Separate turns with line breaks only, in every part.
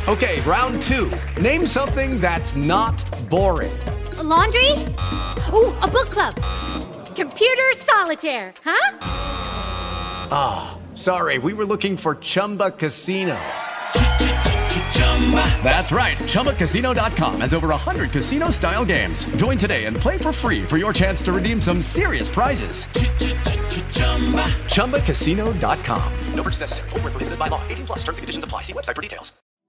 Okay, round two. Name something that's not boring.
A laundry? Ooh, a book club. Computer solitaire, huh?
Ah, sorry, we were looking for Chumba Casino. That's right, ChumbaCasino.com has over 100 casino-style games. Join today and play for free for your chance to redeem some serious prizes. ChumbaCasino.com. No purchase necessary. Void where prohibited by law. 18+ terms and conditions apply. See website for details.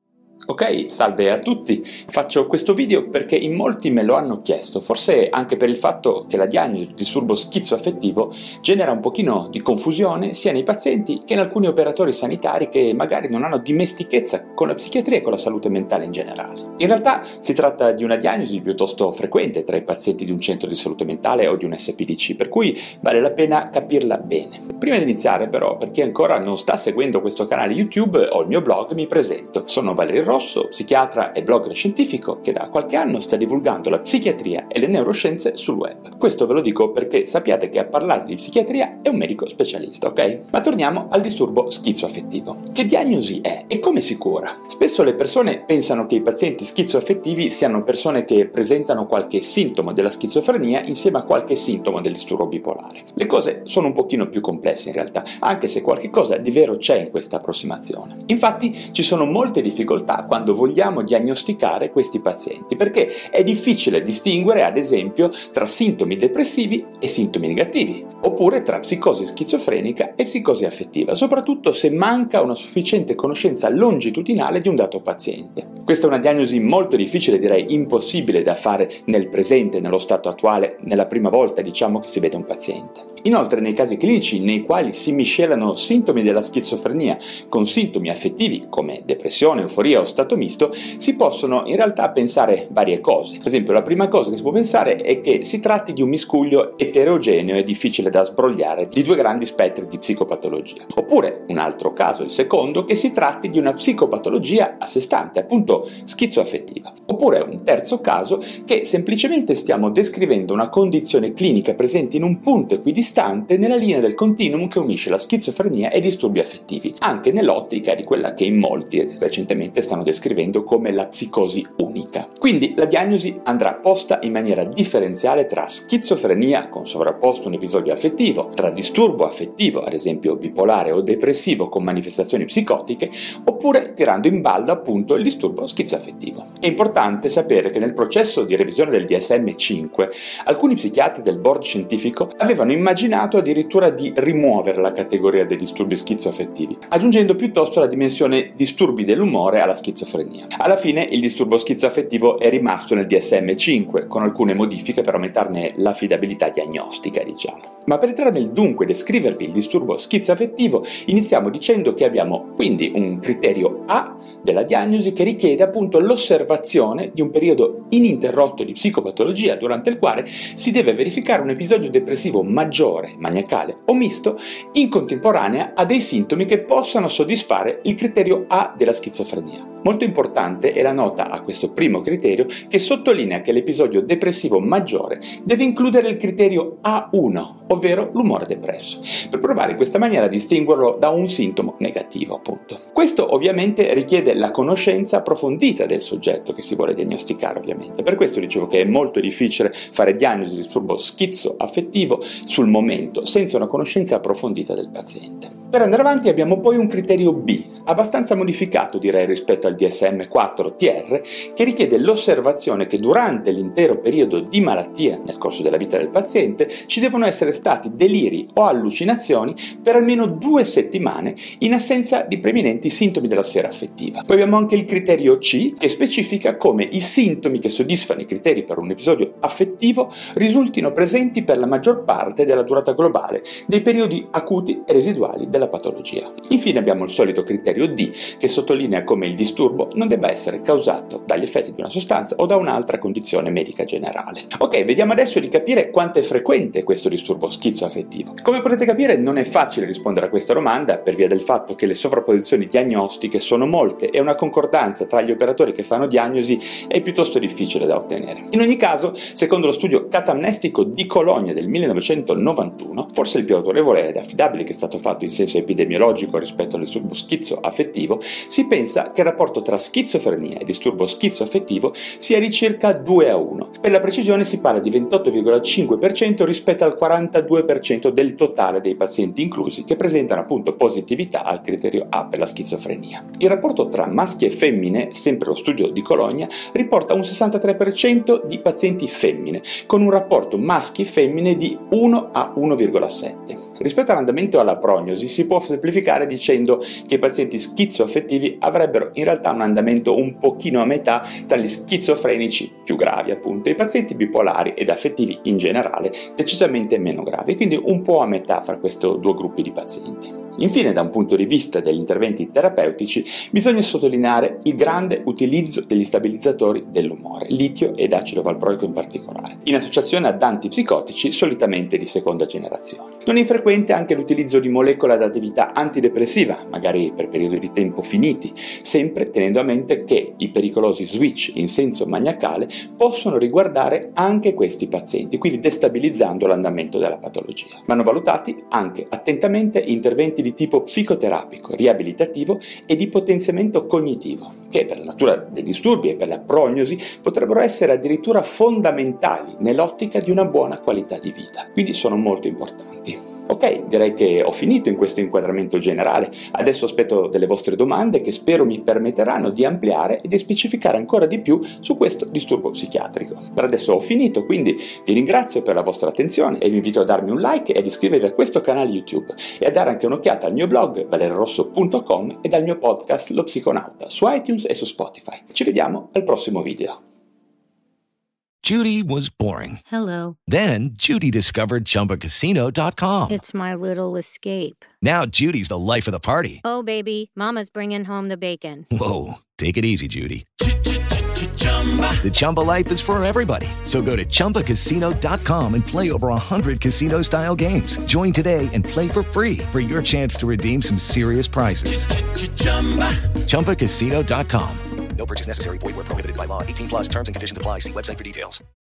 Ok, salve a tutti. Faccio questo video perché in molti me lo hanno chiesto, forse anche per il fatto che la diagnosi di disturbo schizoaffettivo genera un pochino di confusione sia nei pazienti che in alcuni operatori sanitari che magari non hanno dimestichezza con la psichiatria e con la salute mentale in generale. In realtà si tratta di una diagnosi piuttosto frequente tra i pazienti di un centro di salute mentale o di un SPDC, per cui vale la pena capirla bene. Prima di iniziare però, per chi ancora non sta seguendo questo canale YouTube o il mio blog, mi presento. Sono Valerio Rosso, psichiatra e blogger scientifico che da qualche anno sta divulgando la psichiatria e le neuroscienze sul web. Questo ve lo dico perché sappiate che a parlare di psichiatria è un medico specialista, ok? Ma torniamo al disturbo schizoaffettivo. Che diagnosi è e come si cura? Spesso le persone pensano che i pazienti schizoaffettivi siano persone che presentano qualche sintomo della schizofrenia insieme a qualche sintomo del disturbo bipolare. Le cose sono un pochino più complesse in realtà, anche se qualche cosa di vero c'è in questa approssimazione. Infatti ci sono molte difficoltà quando vogliamo diagnosticare questi pazienti, perché è difficile distinguere, ad esempio, tra sintomi depressivi e sintomi negativi, oppure tra psicosi schizofrenica e psicosi affettiva, soprattutto se manca una sufficiente conoscenza longitudinale di un dato paziente. Questa è una diagnosi molto difficile, direi impossibile da fare nel presente, nello stato attuale, nella prima volta, diciamo, che si vede un paziente. Inoltre, nei casi clinici nei quali si miscelano sintomi della schizofrenia con sintomi affettivi come depressione, euforia o stato misto, si possono in realtà pensare varie cose. Per esempio, la prima cosa che si può pensare è che si tratti di un miscuglio eterogeneo e difficile da sbrogliare di due grandi spettri di psicopatologia. Oppure, un altro caso, il secondo, che si tratti di una psicopatologia a sé stante, appunto schizoaffettiva. Oppure un terzo caso, che semplicemente stiamo descrivendo una condizione clinica presente in un punto equidistante nella linea del continuum che unisce la schizofrenia e i disturbi affettivi, anche nell'ottica di quella che in molti recentemente stanno descrivendo come la psicosi unica. Quindi la diagnosi andrà posta in maniera differenziale tra schizofrenia con sovrapposto un episodio affettivo, tra disturbo affettivo, ad esempio bipolare o depressivo con manifestazioni psicotiche, oppure tirando in ballo appunto il disturbo schizoaffettivo. È importante sapere che nel processo di revisione del DSM-5 alcuni psichiatri del board scientifico avevano immaginato addirittura di rimuovere la categoria dei disturbi schizoaffettivi, aggiungendo piuttosto la dimensione disturbi dell'umore alla schizofrenia. Alla fine il disturbo schizoaffettivo è rimasto nel DSM-5, con alcune modifiche per aumentarne l'affidabilità diagnostica, diciamo. Ma per entrare nel dunque e descrivervi il disturbo schizoaffettivo, iniziamo dicendo che abbiamo quindi un criterio A della diagnosi che richiede appunto l'osservazione di un periodo ininterrotto di psicopatologia durante il quale si deve verificare un episodio depressivo maggiore, maniacale o misto in contemporanea a dei sintomi che possano soddisfare il criterio A della schizofrenia. Molto importante è la nota a questo primo criterio che sottolinea che l'episodio depressivo maggiore deve includere il criterio A1, ovvero l'umore depresso, per provare in questa maniera a distinguerlo da un sintomo negativo, appunto. Questo ovviamente richiede la conoscenza approfondita del soggetto che si vuole diagnosticare, ovviamente. Per questo dicevo che è molto difficile fare diagnosi di disturbo schizoaffettivo sul momento, senza una conoscenza approfondita del paziente. Per andare avanti abbiamo poi un criterio B, abbastanza modificato direi rispetto al DSM-4-TR, che richiede l'osservazione che durante l'intero periodo di malattia nel corso della vita del paziente ci devono essere stati deliri o allucinazioni per almeno 2 settimane in assenza di preminenti sintomi della sfera affettiva. Poi abbiamo anche il criterio C, che specifica come i sintomi che soddisfano i criteri per un episodio affettivo risultino presenti per la maggior parte della durata globale dei periodi acuti e residuali della patologia. Infine abbiamo il solito criterio D, che sottolinea come il disturbo non debba essere causato dagli effetti di una sostanza o da un'altra condizione medica generale. Ok, vediamo adesso di capire quanto è frequente questo disturbo schizoaffettivo. Come potete capire non è facile rispondere a questa domanda per via del fatto che le sovrapposizioni diagnostiche sono molte e una concordanza tra gli operatori che fanno diagnosi è piuttosto difficile da ottenere. In ogni caso, secondo lo studio catamnestico di Cologna del 1991, forse il più autorevole ed affidabile che è stato fatto in senso senso epidemiologico rispetto al disturbo schizoaffettivo, si pensa che il rapporto tra schizofrenia e disturbo schizoaffettivo sia di circa 2:1. Per la precisione si parla di 28,5% rispetto al 42% del totale dei pazienti inclusi che presentano appunto positività al criterio A per la schizofrenia. Il rapporto tra maschi e femmine, sempre lo studio di Cologna, riporta un 63% di pazienti femmine, con un rapporto maschi-femmine di 1 a 1,7. Rispetto all'andamento e alla prognosi si può semplificare dicendo che i pazienti schizoaffettivi avrebbero in realtà un andamento un pochino a metà tra gli schizofrenici più gravi appunto e i pazienti bipolari ed affettivi in generale decisamente meno gravi, quindi un po' a metà fra questi due gruppi di pazienti. Infine, da un punto di vista degli interventi terapeutici, bisogna sottolineare il grande utilizzo degli stabilizzatori dell'umore, litio ed acido valproico in particolare, in associazione ad antipsicotici solitamente di seconda generazione. Non è infrequente anche l'utilizzo di molecole ad attività antidepressiva, magari per periodi di tempo finiti, sempre tenendo a mente che i pericolosi switch in senso maniacale possono riguardare anche questi pazienti, quindi destabilizzando l'andamento della patologia. Vanno valutati anche attentamente interventi di tipo psicoterapico, riabilitativo e di potenziamento cognitivo, che per la natura dei disturbi e per la prognosi potrebbero essere addirittura fondamentali nell'ottica di una buona qualità di vita, quindi sono molto importanti. Ok, direi che ho finito in questo inquadramento generale, adesso aspetto delle vostre domande che spero mi permetteranno di ampliare e di specificare ancora di più su questo disturbo psichiatrico. Per adesso ho finito, quindi vi ringrazio per la vostra attenzione e vi invito a darmi un like e ad iscrivervi a questo canale YouTube e a dare anche un'occhiata al mio blog valerorosso.com e al mio podcast Lo Psiconauta su iTunes e su Spotify. Ci vediamo al prossimo video.
Judy was boring.
Hello.
Then Judy discovered ChumbaCasino.com.
It's my little escape.
Now Judy's the life of the party.
Oh, baby, mama's bringing home the bacon.
Whoa, take it easy, Judy. The Chumba life is for everybody. So go to ChumbaCasino.com and play over 100 casino-style games. Join today and play for free for your chance to redeem some serious prizes. ChumbaCasino.com.
No purchase necessary. Void where prohibited by law. 18+ terms and conditions apply. See website for details.